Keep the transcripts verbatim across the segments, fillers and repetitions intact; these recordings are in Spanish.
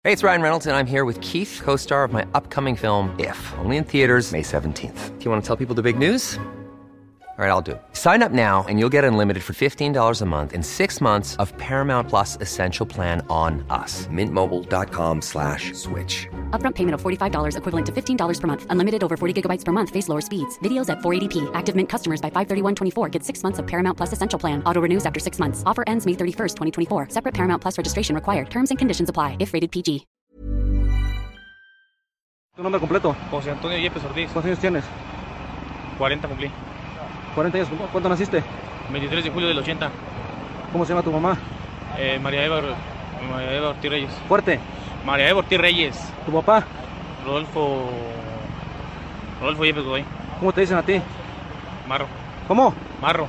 Hey, it's Ryan Reynolds, and I'm here with Keith, co-star of my upcoming film, If, only in theaters May seventeenth. Do you want to tell people the big news? All right, I'll do it. Sign up now and you'll get unlimited for fifteen dollars a month and six months of Paramount Plus Essential Plan on us. Mint Mobile dot com slash switch. Upfront payment of forty-five dollars equivalent to fifteen dollars per month. Unlimited over forty gigabytes per month. Face lower speeds. Videos at four eighty p. Active Mint customers by five thirty-one twenty-four get six months of Paramount Plus Essential Plan. Auto renews after six months. Offer ends May thirty-first, twenty twenty-four. Separate Paramount Plus registration required. Terms and conditions apply if rated P G. ¿Tu nombre completo? José Antonio Yepes Ortiz. ¿Cuántos años tienes? cuarenta cumplí. cuarenta años. ¿Cuándo naciste? veintitrés de julio del ochenta. ¿Cómo se llama tu mamá? Eh, María Eva, María Eva Ortiz Reyes. Fuerte. María Eva Ortiz Reyes. ¿Tu papá? Rodolfo... Rodolfo Yepes, güey. ¿Cómo te dicen a ti? Marro. ¿Cómo? Marro.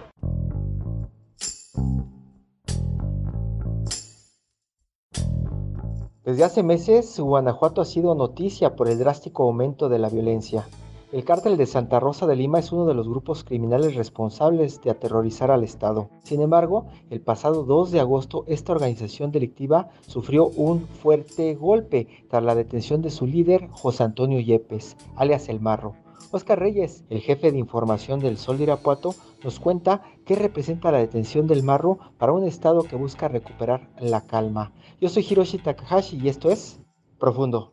Desde hace meses, Guanajuato ha sido noticia por el drástico aumento de la violencia. El Cártel de Santa Rosa de Lima es uno de los grupos criminales responsables de aterrorizar al Estado. Sin embargo, el pasado dos de agosto, esta organización delictiva sufrió un fuerte golpe tras la detención de su líder, José Antonio Yepes, alias El Marro. Oscar Reyes, el jefe de información del Sol de Irapuato, nos cuenta qué representa la detención del Marro para un Estado que busca recuperar la calma. Yo soy Hiroshi Takahashi y esto es Profundo.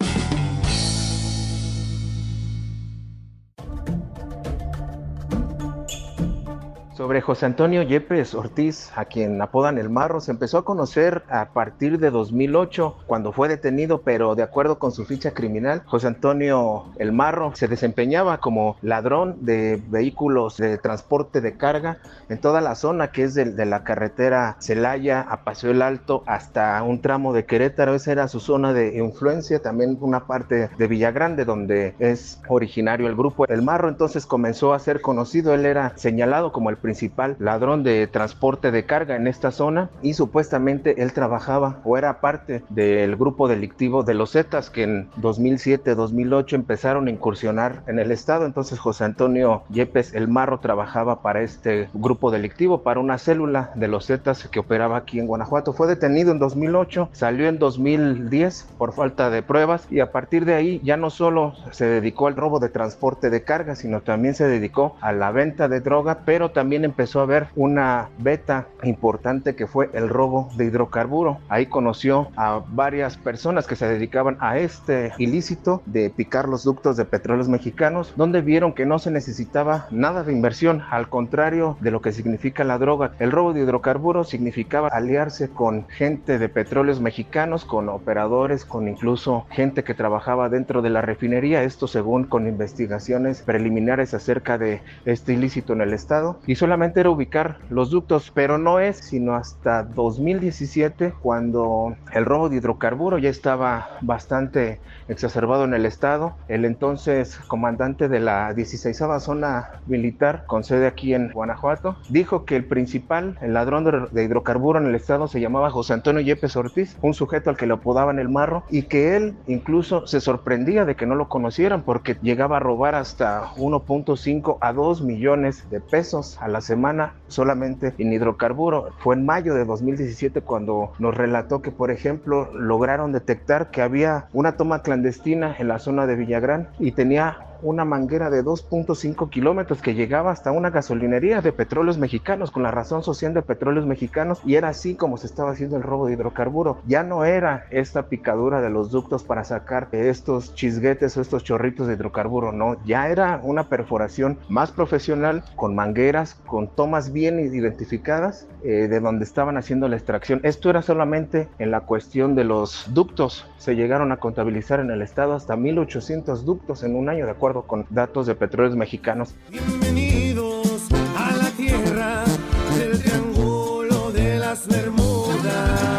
Sobre José Antonio Yepes Ortiz, a quien apodan El Marro, se empezó a conocer a partir de dos mil ocho, cuando fue detenido, pero de acuerdo con su ficha criminal, José Antonio El Marro se desempeñaba como ladrón de vehículos de transporte de carga en toda la zona que es de, de la carretera Celaya a Paseo el Alto hasta un tramo de Querétaro. Esa era su zona de influencia, también una parte de Villagrande donde es originario el grupo El Marro. Entonces comenzó a ser conocido, él era señalado como el principal ladrón de transporte de carga en esta zona y supuestamente él trabajaba o era parte del grupo delictivo de los Zetas que en dos mil siete dos mil ocho empezaron a incursionar en el estado. Entonces José Antonio Yepes El Marro trabajaba para este grupo delictivo, para una célula de los Zetas que operaba aquí en Guanajuato. Fue detenido en dos mil ocho, salió en dos mil diez por falta de pruebas y a partir de ahí ya no solo se dedicó al robo de transporte de carga, sino también se dedicó a la venta de droga, pero también empezó a ver una beta importante que fue el robo de hidrocarburo. Ahí conoció a varias personas que se dedicaban a este ilícito de picar los ductos de Petróleos Mexicanos, donde vieron que no se necesitaba nada de inversión, al contrario de lo que significa la droga. El robo de hidrocarburos significaba aliarse con gente de Petróleos Mexicanos, con operadores, con incluso gente que trabajaba dentro de la refinería, esto según con investigaciones preliminares acerca de este ilícito en el estado. Y solamente era ubicar los ductos, pero no es sino hasta dos mil diecisiete cuando el robo de hidrocarburo ya estaba bastante exacerbado en el estado. El entonces comandante de la dieciseisava zona militar con sede aquí en Guanajuato dijo que el principal, el ladrón de hidrocarburo en el estado se llamaba José Antonio Yepes Ortiz, un sujeto al que le apodaban El Marro, y que él incluso se sorprendía de que no lo conocieran porque llegaba a robar hasta uno punto cinco a dos millones de pesos a la semana solamente en hidrocarburo. Fue en mayo de dos mil diecisiete cuando nos relató que, por ejemplo, lograron detectar que había una toma clandestina en la zona de Villagrán y tenía una manguera de dos punto cinco kilómetros que llegaba hasta una gasolinería de Petróleos Mexicanos con la razón social de Petróleos Mexicanos, y era así como se estaba haciendo el robo de hidrocarburo. Ya no era esta picadura de los ductos para sacar estos chisguetes o estos chorritos de hidrocarburo, no, ya era una perforación más profesional con mangueras, con tomas bien identificadas eh, de donde estaban haciendo la extracción. Esto era solamente en la cuestión de los ductos. Se llegaron a contabilizar en el estado hasta mil ochocientos ductos en un año, de acuerdo con datos de Petróleos Mexicanos. Bienvenidos a la tierra del triángulo de las Bermudas.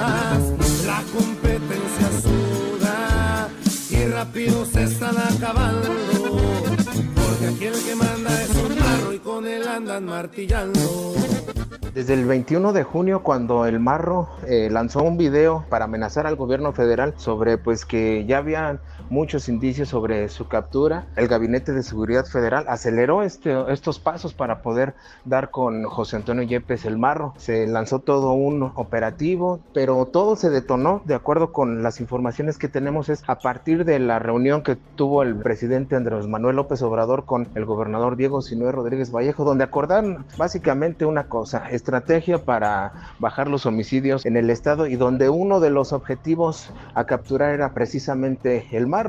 La competencia suda y rápido se están acabando, porque aquí el que manda es un marro y con él andan martillando. Desde el veintiuno de junio, cuando el Marro eh, lanzó un video para amenazar al gobierno federal sobre pues que ya habían muchos indicios sobre su captura, el Gabinete de Seguridad Federal aceleró este, estos pasos para poder dar con José Antonio Yepes el Marro. Se lanzó todo un operativo, pero todo se detonó, de acuerdo con las informaciones que tenemos, es a partir de la reunión que tuvo el presidente Andrés Manuel López Obrador con el gobernador Diego Sinue Rodríguez Vallejo, donde acordaron básicamente una cosa: estrategia para bajar los homicidios en el estado, y donde uno de los objetivos a capturar era precisamente el Marro.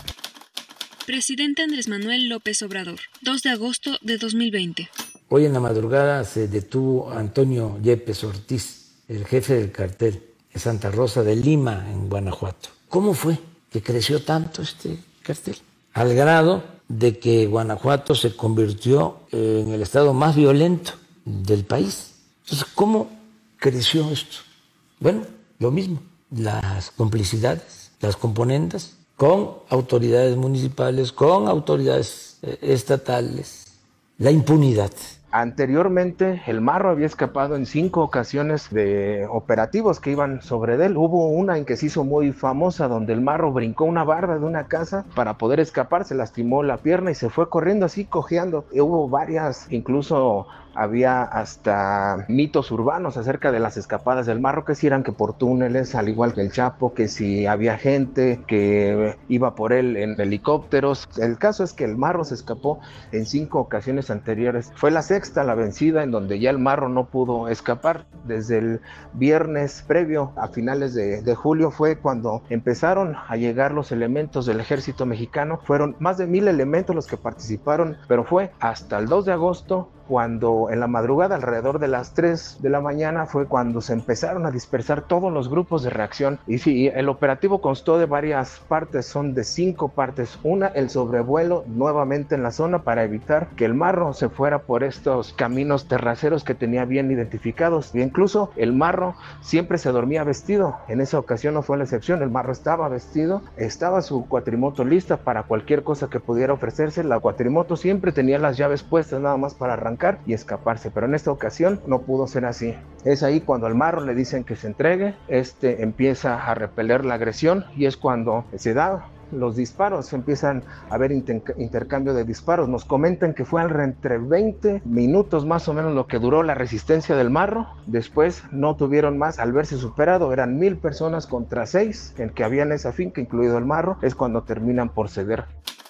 Presidente Andrés Manuel López Obrador, dos de agosto de dos mil veinte. Hoy en la madrugada se detuvo a Antonio Yepes Ortiz, el jefe del cartel de Santa Rosa de Lima, en Guanajuato. ¿Cómo fue que creció tanto este cartel? Al grado de que Guanajuato se convirtió en el estado más violento del país. Entonces, ¿cómo creció esto? Bueno, lo mismo, las complicidades, las componendas con autoridades municipales, con autoridades estatales, la impunidad. Anteriormente, el Marro había escapado en cinco ocasiones de operativos que iban sobre él. Hubo una en que se hizo muy famosa, donde el Marro brincó una barda de una casa para poder escapar, se lastimó la pierna y se fue corriendo así, cojeando. Y hubo varias, incluso había hasta mitos urbanos acerca de las escapadas del Marro, que si eran que por túneles, al igual que el Chapo, que si había gente que iba por él en helicópteros. El caso es que el Marro se escapó en cinco ocasiones anteriores. Fue la sexta la vencida, en donde ya el Marro no pudo escapar. Desde el viernes previo a finales de, de julio fue cuando empezaron a llegar los elementos del ejército mexicano. Fueron más de mil elementos los que participaron, pero fue hasta el dos de agosto cuando en la madrugada, alrededor de las tres de la mañana, fue cuando se empezaron a dispersar todos los grupos de reacción. Y sí, el operativo constó de varias partes, son de cinco partes. Una, el sobrevuelo nuevamente en la zona para evitar que el Marro se fuera por estos caminos terraceros que tenía bien identificados. E incluso el Marro siempre se dormía vestido. En esa ocasión no fue la excepción, el Marro estaba vestido, estaba su cuatrimoto lista para cualquier cosa que pudiera ofrecerse. La cuatrimoto siempre tenía las llaves puestas nada más para arrancar y escaparse, pero en esta ocasión no pudo ser así. Es ahí cuando al Marro le dicen que se entregue, este empieza a repeler la agresión y es cuando se da los disparos, empiezan a haber inter- intercambio de disparos. Nos comentan que fue entre veinte minutos más o menos lo que duró la resistencia del Marro. Después no tuvieron más, al verse superado, eran mil personas contra seis en que había en esa finca, incluido el Marro, es cuando terminan por ceder.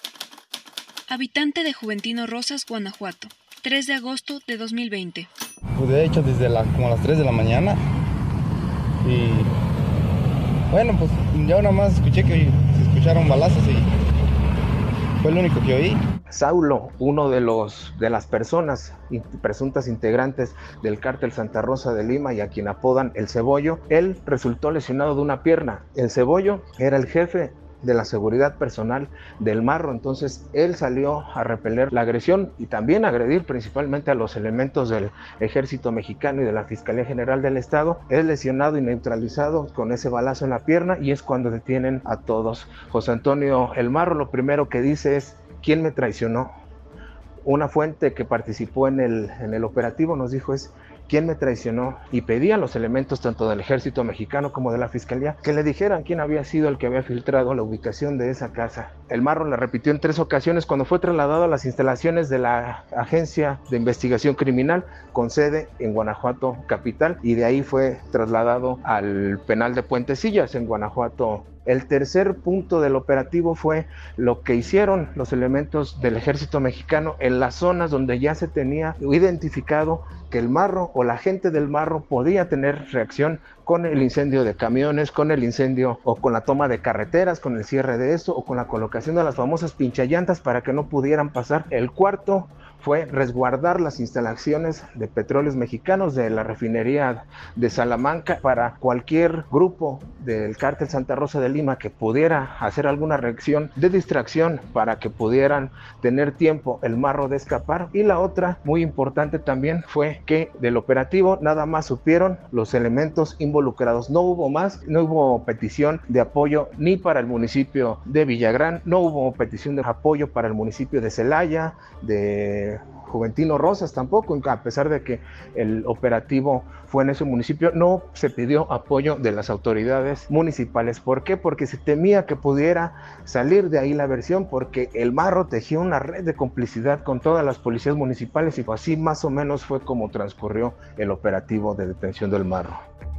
Habitante de Juventino Rosas, Guanajuato, tres de agosto de dos mil veinte. Pues de hecho desde la, como a las tres de la mañana y bueno, pues yo nada más escuché que se escucharon balazos y fue lo único que oí. Saulo, uno de los de las personas presuntas integrantes del cártel Santa Rosa de Lima y a quien apodan el Cebollo, él resultó lesionado de una pierna. El Cebollo era el jefe de la seguridad personal del Marro, entonces él salió a repeler la agresión y también a agredir principalmente a los elementos del ejército mexicano y de la Fiscalía General del Estado. Es lesionado y neutralizado con ese balazo en la pierna y es cuando detienen a todos. José Antonio el Marro lo primero que dice es: ¿quién me traicionó? Una fuente que participó en el, en el operativo nos dijo es: ¿quién me traicionó? Y pedía a los elementos tanto del ejército mexicano como de la fiscalía que le dijeran quién había sido el que había filtrado la ubicación de esa casa. El Marro le repitió en tres ocasiones cuando fue trasladado a las instalaciones de la Agencia de Investigación Criminal con sede en Guanajuato capital y de ahí fue trasladado al penal de Puentecillas en Guanajuato. El tercer punto del operativo fue lo que hicieron los elementos del ejército mexicano en las zonas donde ya se tenía identificado que el Marro o la gente del Marro podía tener reacción con el incendio de camiones, con el incendio o con la toma de carreteras, con el cierre de esto o con la colocación de las famosas pinchallantas para que no pudieran pasar. El cuarto fue resguardar las instalaciones de petróleos mexicanos de la refinería de Salamanca para cualquier grupo del cártel Santa Rosa de Lima que pudiera hacer alguna reacción de distracción para que pudieran tener tiempo el Marro de escapar. Y la otra, muy importante también, fue que del operativo nada más supieron los elementos involucrados. No hubo más, no hubo petición de apoyo ni para el municipio de Villagrán, no hubo petición de apoyo para el municipio de Celaya, de de Juventino Rosas tampoco, a pesar de que el operativo fue en ese municipio, no se pidió apoyo de las autoridades municipales. ¿Por qué? Porque se temía que pudiera salir de ahí la versión, porque el Marro tejía una red de complicidad con todas las policías municipales y así más o menos fue como transcurrió el operativo de detención del Marro.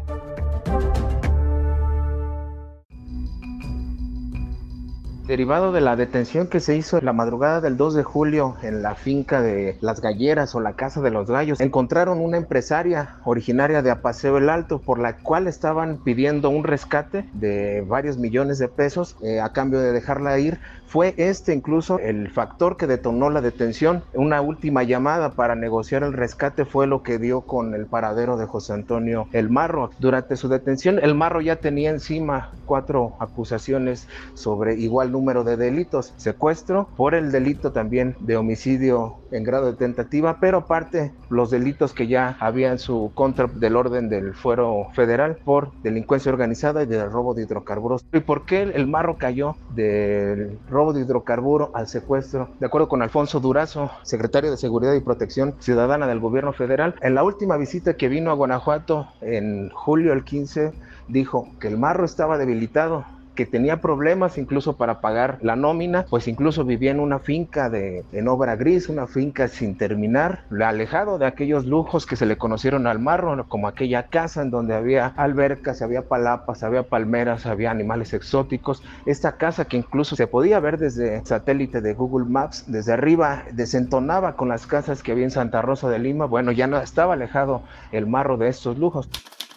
Derivado de la detención que se hizo la madrugada del dos de julio en la finca de Las Galleras o la Casa de los Gallos, encontraron una empresaria originaria de Apaseo el Alto, por la cual estaban pidiendo un rescate de varios millones de pesos eh, a cambio de dejarla ir. Fue este incluso el factor que detonó la detención. Una última llamada para negociar el rescate fue lo que dio con el paradero de José Antonio El Marro. Durante su detención, El Marro ya tenía encima cuatro acusaciones sobre igual número de delitos: secuestro, por el delito también de homicidio en grado de tentativa, pero aparte los delitos que ya había en su contra del orden del fuero federal por delincuencia organizada y de robo de hidrocarburos. ¿Y por qué El Marro cayó del robo de hidrocarburo al secuestro? De acuerdo con Alfonso Durazo, secretario de Seguridad y Protección Ciudadana del gobierno federal, en la última visita que vino a Guanajuato en julio el quince, dijo que El Marro estaba debilitado, que tenía problemas incluso para pagar la nómina, pues incluso vivía en una finca de, en obra gris, una finca sin terminar, alejado de aquellos lujos que se le conocieron al Marro, como aquella casa en donde había albercas, había palapas, había palmeras, había animales exóticos. Esta casa que incluso se podía ver desde satélite de Google Maps, desde arriba desentonaba con las casas que había en Santa Rosa de Lima. Bueno, ya no estaba alejado El Marro de estos lujos.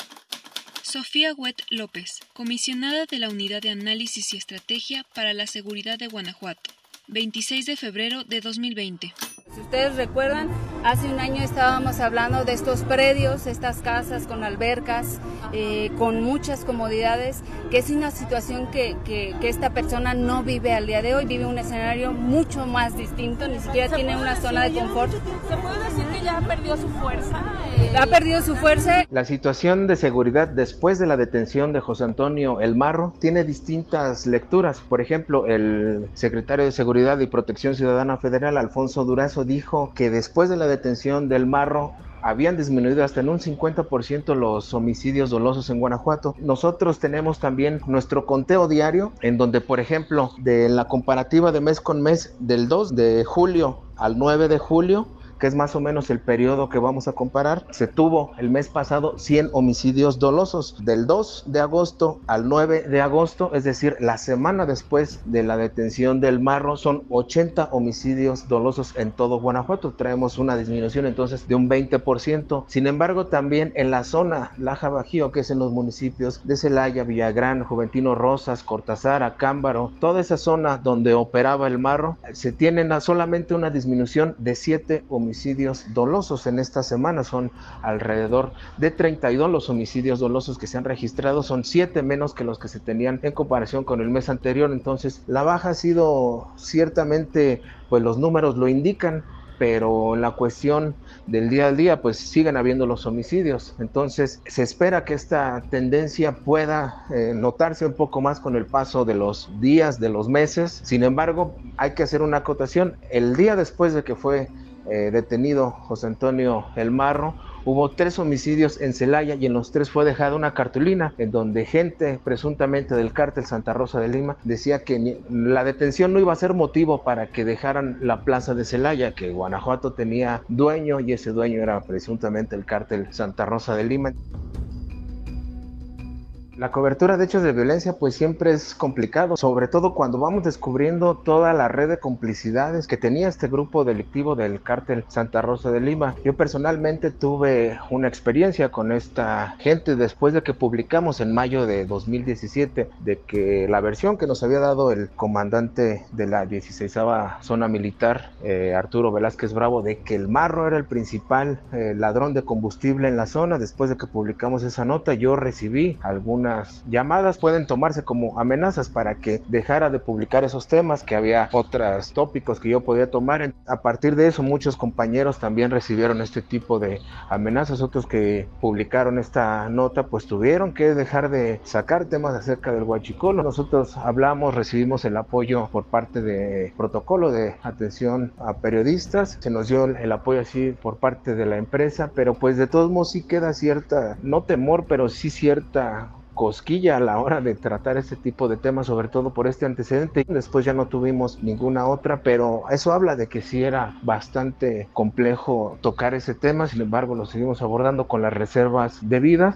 Sofía Huet López, comisionada de la Unidad de Análisis y Estrategia para la Seguridad de Guanajuato, veintiséis de febrero de dos mil veinte. Si ustedes recuerdan, hace un año estábamos hablando de estos predios, estas casas con albercas, eh, con muchas comodidades, que es una situación que, que, que esta persona no vive al día de hoy, vive un escenario mucho más distinto, ni siquiera tiene una zona de confort. ¿Se puede decir que ya perdió su fuerza? Eh... Ha perdido su fuerza. La situación de seguridad después de la detención de José Antonio El Marro tiene distintas lecturas. Por ejemplo, el secretario de Seguridad y Protección Ciudadana Federal, Alfonso Durazo, dijo que después de la detención del Marro habían disminuido hasta en un cincuenta por ciento los homicidios dolosos en Guanajuato. Nosotros tenemos también nuestro conteo diario, en donde, por ejemplo, de la comparativa de mes con mes, del dos de julio al nueve de julio, que es más o menos el periodo que vamos a comparar, se tuvo el mes pasado cien homicidios dolosos. Del dos de agosto al nueve de agosto, es decir, la semana después de la detención del Marro, son ochenta homicidios dolosos en todo Guanajuato. Traemos una disminución entonces de un veinte por ciento. Sin embargo, también en la zona Laja Bajío, que es en los municipios de Celaya, Villagrán, Juventino Rosas, Cortázar, Acámbaro, toda esa zona donde operaba el Marro, se tienen solamente una disminución de siete homicidios homicidios dolosos en esta semana. Son alrededor de treinta y dos los homicidios dolosos que se han registrado, son siete menos que los que se tenían en comparación con el mes anterior. Entonces la baja ha sido ciertamente, pues los números lo indican, pero en la cuestión del día a día pues siguen habiendo los homicidios. Entonces se espera que esta tendencia pueda eh, notarse un poco más con el paso de los días, de los meses. Sin embargo, hay que hacer una acotación. El día después de que fue Eh, detenido José Antonio El Marro, hubo tres homicidios en Celaya y en los tres fue dejada una cartulina en donde gente presuntamente del cártel Santa Rosa de Lima decía que ni, la detención no iba a ser motivo para que dejaran la plaza de Celaya, que Guanajuato tenía dueño y ese dueño era presuntamente el cártel Santa Rosa de Lima. La cobertura de hechos de violencia pues siempre es complicado, sobre todo cuando vamos descubriendo toda la red de complicidades que tenía este grupo delictivo del cártel Santa Rosa de Lima. Yo personalmente tuve una experiencia con esta gente después de que publicamos en mayo de dos mil diecisiete de que la versión que nos había dado el comandante de la dieciseisava zona militar, eh, Arturo Velázquez Bravo, de que el Marro era el principal eh, ladrón de combustible en la zona. Después de que publicamos esa nota, yo recibí alguna algunas llamadas, pueden tomarse como amenazas para que dejara de publicar esos temas, que había otros tópicos que yo podía tomar. A partir de eso, muchos compañeros también recibieron este tipo de amenazas. Otros que publicaron esta nota pues tuvieron que dejar de sacar temas acerca del huachicol. Nosotros hablamos, recibimos el apoyo por parte de protocolo de atención a periodistas, se nos dio el apoyo así por parte de la empresa, pero pues de todos modos sí queda cierta, no temor, pero sí cierta cosquilla a la hora de tratar este tipo de temas, sobre todo por este antecedente. Después ya no tuvimos ninguna otra, pero eso habla de que sí era bastante complejo tocar ese tema. Sin embargo, lo seguimos abordando con las reservas debidas.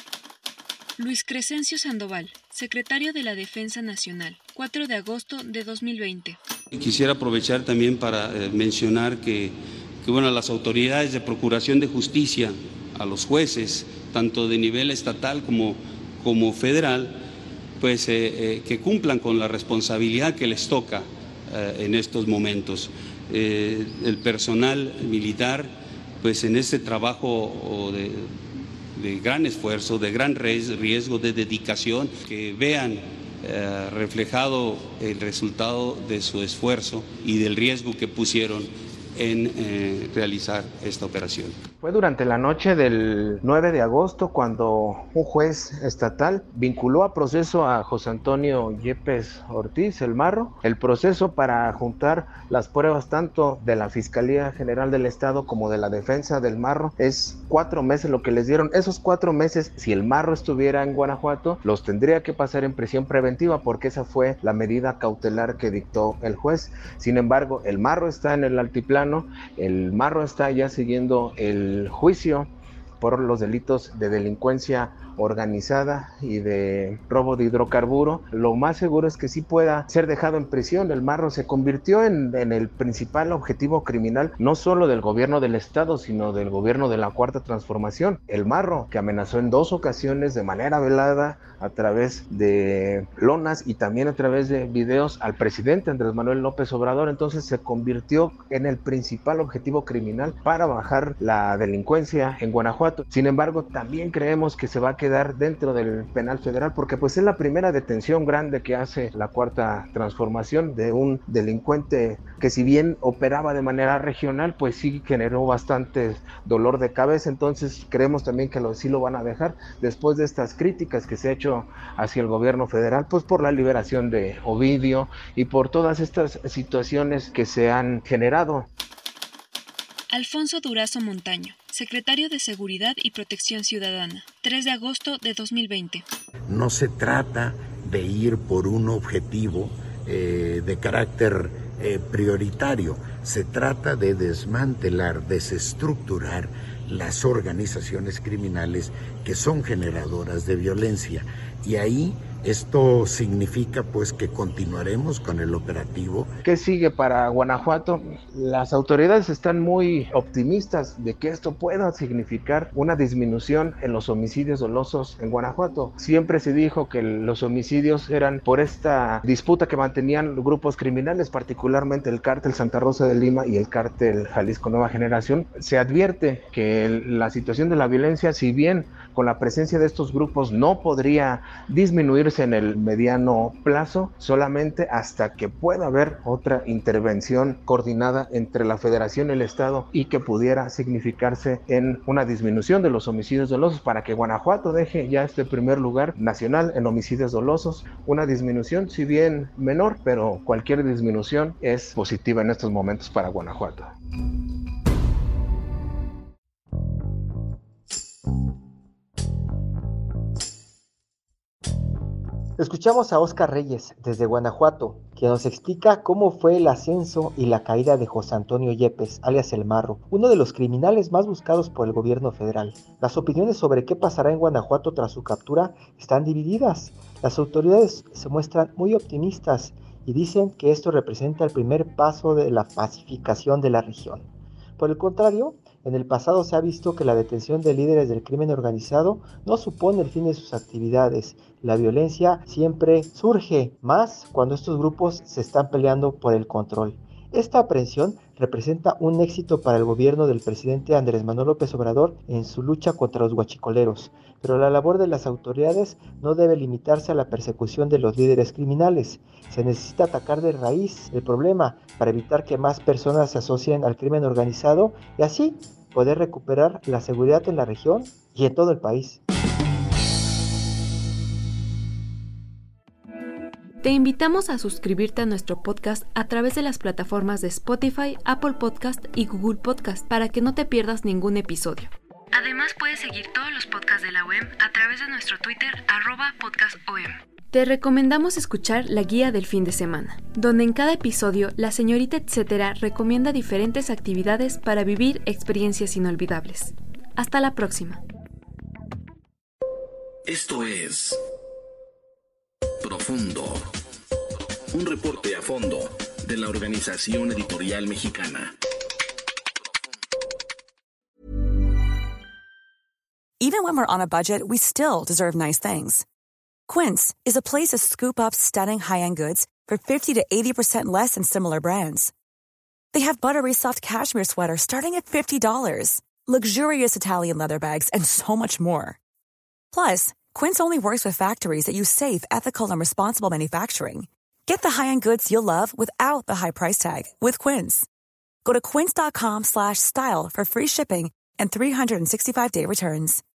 Luis Crescencio Sandoval, secretario de la Defensa Nacional, cuatro de agosto de dos mil veinte. Quisiera aprovechar también para eh, mencionar que, que bueno, las autoridades de procuración de justicia, a los jueces, tanto de nivel estatal como como federal, pues eh, eh, que cumplan con la responsabilidad que les toca eh, en estos momentos. Eh, el personal militar, pues en este trabajo de, de gran esfuerzo, de gran riesgo, de dedicación, que vean eh, reflejado el resultado de su esfuerzo y del riesgo que pusieron en eh, realizar esta operación. Fue durante la noche del nueve de agosto cuando un juez estatal vinculó a proceso a José Antonio Yepes Ortiz, el Marro. El proceso para juntar las pruebas tanto de la Fiscalía General del Estado como de la defensa del Marro es cuatro meses lo que les dieron. Esos cuatro meses, si el Marro estuviera en Guanajuato, los tendría que pasar en prisión preventiva porque esa fue la medida cautelar que dictó el juez. Sin embargo, el Marro está en el altiplano, el Marro está ya siguiendo el juicio por los delitos de delincuencia organizada y de robo de hidrocarburo. Lo más seguro es que sí pueda ser dejado en prisión. El Marro se convirtió en, en el principal objetivo criminal, no solo del gobierno del estado, sino del gobierno de la Cuarta Transformación. El Marro, que amenazó en dos ocasiones de manera velada a través de lonas y también a través de videos al presidente Andrés Manuel López Obrador, entonces se convirtió en el principal objetivo criminal para bajar la delincuencia en Guanajuato. Sin embargo, también creemos que se va a quedar dentro del penal federal porque pues es la primera detención grande que hace la Cuarta Transformación de un delincuente que, si bien operaba de manera regional, pues sí generó bastante dolor de cabeza. Entonces creemos también que lo, sí lo van a dejar después de estas críticas que se ha hecho hacia el gobierno federal, pues por la liberación de Ovidio y por todas estas situaciones que se han generado. Alfonso Durazo Montaño, secretario de Seguridad y Protección Ciudadana, tres de agosto de dos mil veinte. No se trata de ir por un objetivo eh, de carácter eh, prioritario, se trata de desmantelar, desestructurar las organizaciones criminales que son generadoras de violencia. Y ahí esto significa pues que continuaremos con el operativo. ¿Qué sigue para Guanajuato? Las autoridades están muy optimistas de que esto pueda significar una disminución en los homicidios dolosos en Guanajuato. Siempre se dijo que los homicidios eran por esta disputa que mantenían grupos criminales, particularmente el cártel Santa Rosa de Lima y el cártel Jalisco Nueva Generación. Se advierte que la situación de la violencia, si bien con la presencia de estos grupos no podría disminuirse en el mediano plazo, solamente hasta que pueda haber otra intervención coordinada entre la Federación y el Estado y que pudiera significarse en una disminución de los homicidios dolosos para que Guanajuato deje ya este primer lugar nacional en homicidios dolosos. Una disminución, si bien menor, pero cualquier disminución es positiva en estos momentos para Guanajuato. Escuchamos a Óscar Reyes desde Guanajuato, quien nos explica cómo fue el ascenso y la caída de José Antonio Yepes, alias El Marro, uno de los criminales más buscados por el gobierno federal. Las opiniones sobre qué pasará en Guanajuato tras su captura están divididas. Las autoridades se muestran muy optimistas y dicen que esto representa el primer paso de la pacificación de la región. Por el contrario, en el pasado se ha visto que la detención de líderes del crimen organizado no supone el fin de sus actividades. La violencia siempre surge más cuando estos grupos se están peleando por el control. Esta aprehensión representa un éxito para el gobierno del presidente Andrés Manuel López Obrador en su lucha contra los huachicoleros, pero la labor de las autoridades no debe limitarse a la persecución de los líderes criminales. Se necesita atacar de raíz el problema para evitar que más personas se asocien al crimen organizado y así poder recuperar la seguridad en la región y en todo el país. Te invitamos a suscribirte a nuestro podcast a través de las plataformas de Spotify, Apple Podcast y Google Podcast para que no te pierdas ningún episodio. Además, puedes seguir todos los podcasts de la U E M a través de nuestro Twitter, arroba podcastom. Te recomendamos escuchar la guía del fin de semana, donde en cada episodio la señorita etcétera recomienda diferentes actividades para vivir experiencias inolvidables. Hasta la próxima. Esto es Profundo, un reporte a fondo de la Organización Editorial Mexicana. Even when we're on a budget, we still deserve nice things. Quince is a place to scoop up stunning high-end goods for fifty to eighty percent less than similar brands. They have buttery soft cashmere sweaters starting at fifty dollars, luxurious Italian leather bags, and so much more. Plus, Quince only works with factories that use safe, ethical, and responsible manufacturing. Get the high-end goods you'll love without the high price tag with Quince. Go to quince.com slash style for free shipping and three sixty-five day returns.